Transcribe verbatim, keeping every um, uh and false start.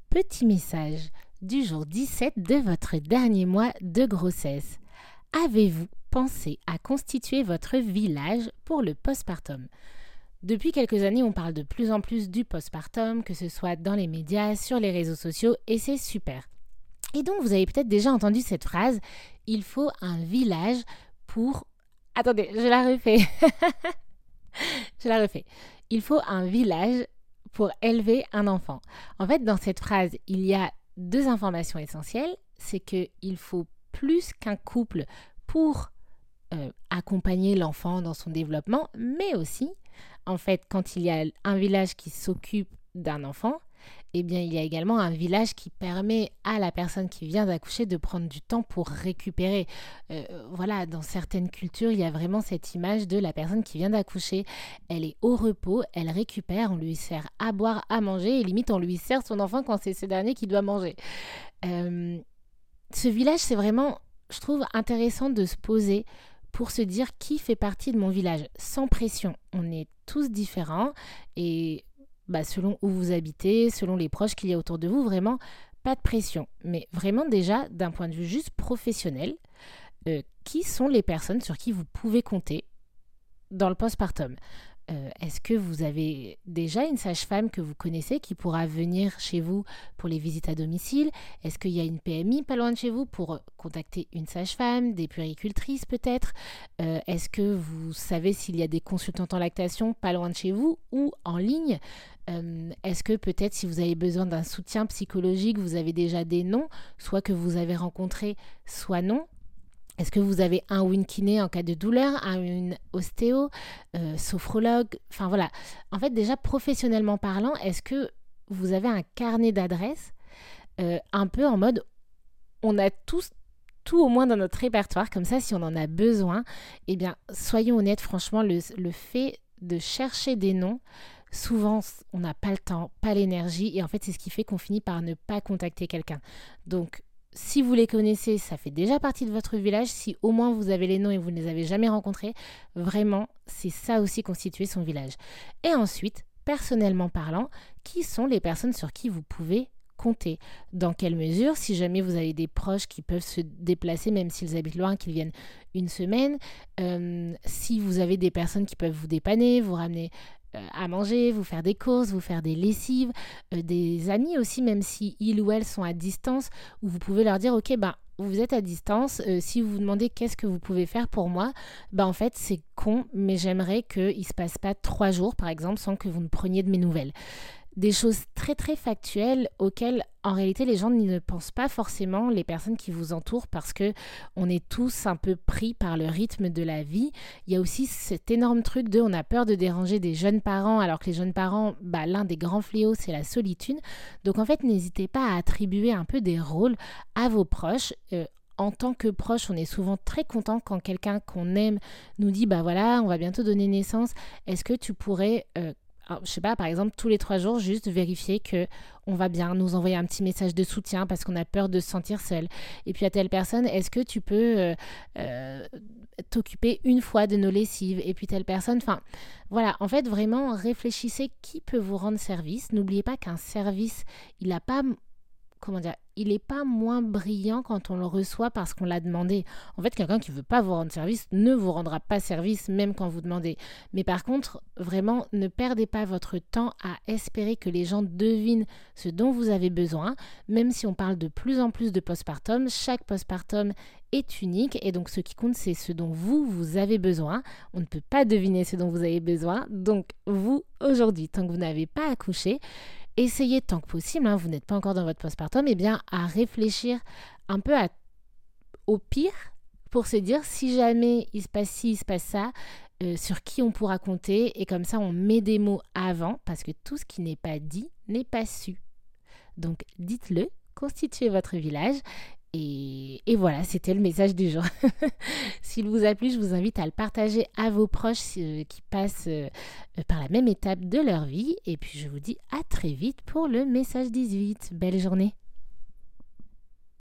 Petit message du jour dix-sept de votre dernier mois de grossesse. Avez-vous pensé à constituer votre village pour le postpartum ? Depuis quelques années, on parle de plus en plus du postpartum, que ce soit dans les médias, sur les réseaux sociaux, et c'est super. Et donc, vous avez peut-être déjà entendu cette phrase, il faut un village pour... Attendez, je la refais. je la refais. Il faut un village pour élever un enfant. En fait, dans cette phrase, il y a deux informations essentielles. C'est qu'il faut plus qu'un couple pour euh, accompagner l'enfant dans son développement, mais aussi, en fait, quand il y a un village qui s'occupe d'un enfant, eh bien, il y a également un village qui permet à la personne qui vient d'accoucher de prendre du temps pour récupérer. Euh, voilà, dans certaines cultures, il y a vraiment cette image de la personne qui vient d'accoucher. Elle est au repos, elle récupère, on lui sert à boire, à manger, et limite, on lui sert son enfant quand c'est ce dernier qui doit manger. Euh, ce village, c'est vraiment, je trouve, intéressant de se poser pour se dire qui fait partie de mon village, sans pression. On est tous différents et... Bah, selon où vous habitez, selon les proches qu'il y a autour de vous, vraiment pas de pression. Mais vraiment déjà, d'un point de vue juste professionnel, euh, qui sont les personnes sur qui vous pouvez compter dans le postpartum ? Euh, est-ce que vous avez déjà une sage-femme que vous connaissez qui pourra venir chez vous pour les visites à domicile ? Est-ce qu'il y a une P M I pas loin de chez vous pour contacter une sage-femme, des puéricultrices peut-être ? euh, Est-ce que vous savez s'il y a des consultantes en lactation pas loin de chez vous ou en ligne ? euh, Est-ce que peut-être si vous avez besoin d'un soutien psychologique, vous avez déjà des noms, soit que vous avez rencontrés, soit non ? Est-ce que vous avez un ou une kiné en cas de douleur, un ou une ostéo, euh, sophrologue ? Enfin voilà. En fait, déjà professionnellement parlant, est-ce que vous avez un carnet d'adresses euh, un peu en mode on a tous tout au moins dans notre répertoire, comme ça si on en a besoin, eh bien soyons honnêtes, franchement, le, le fait de chercher des noms, souvent on n'a pas le temps, pas l'énergie, et en fait c'est ce qui fait qu'on finit par ne pas contacter quelqu'un. Donc si vous les connaissez, ça fait déjà partie de votre village. Si au moins vous avez les noms et vous ne les avez jamais rencontrés, vraiment, c'est ça aussi constituer son village. Et ensuite, personnellement parlant, qui sont les personnes sur qui vous pouvez compter ? Dans quelle mesure, si jamais vous avez des proches qui peuvent se déplacer, même s'ils habitent loin, qu'ils viennent une semaine, euh, si vous avez des personnes qui peuvent vous dépanner, vous ramener euh, à manger, vous faire des courses, vous faire des lessives, euh, des amis aussi, même si ils ou elles sont à distance, où vous pouvez leur dire, ok, ben, vous êtes à distance, euh, si vous vous demandez qu'est-ce que vous pouvez faire pour moi, ben en fait c'est con, mais j'aimerais qu'il ne se passe pas trois jours par exemple sans que vous ne preniez de mes nouvelles. Des choses très très factuelles auxquelles en réalité les gens ne pensent pas forcément, les personnes qui vous entourent, parce que on est tous un peu pris par le rythme de la vie. Il y a aussi cet énorme truc de on a peur de déranger des jeunes parents, alors que les jeunes parents, bah, l'un des grands fléaux c'est la solitude. Donc en fait n'hésitez pas à attribuer un peu des rôles à vos proches. Euh, En tant que proche, on est souvent très content quand quelqu'un qu'on aime nous dit bah voilà, on va bientôt donner naissance. Est-ce que tu pourrais euh, Alors, je sais pas, par exemple, tous les trois jours, juste vérifier que on va bien, nous envoyer un petit message de soutien parce qu'on a peur de se sentir seul. Et puis à telle personne, est-ce que tu peux euh, euh, t'occuper une fois de nos lessives ? Et puis telle personne, enfin, voilà. En fait, vraiment, réfléchissez qui peut vous rendre service. N'oubliez pas qu'un service, il n'a pas... Comment dire, il n'est pas moins brillant quand on le reçoit parce qu'on l'a demandé. En fait, quelqu'un qui ne veut pas vous rendre service ne vous rendra pas service même quand vous demandez. Mais par contre, vraiment, ne perdez pas votre temps à espérer que les gens devinent ce dont vous avez besoin. Même si on parle de plus en plus de postpartum, chaque postpartum est unique et donc ce qui compte, c'est ce dont vous, vous avez besoin. On ne peut pas deviner ce dont vous avez besoin. Donc, vous, aujourd'hui, tant que vous n'avez pas accouché, essayez tant que possible, hein, vous n'êtes pas encore dans votre postpartum, eh bien à réfléchir un peu à, au pire pour se dire si jamais il se passe ci, il se passe ça, euh, sur qui on pourra compter, et comme ça on met des mots avant parce que tout ce qui n'est pas dit n'est pas su. Donc dites-le, constituez votre village. Et, et voilà, c'était le message du jour. S'il vous a plu, je vous invite à le partager à vos proches euh, qui passent euh, par la même étape de leur vie. Et puis je vous dis à très vite pour le message dix-huit. Belle journée.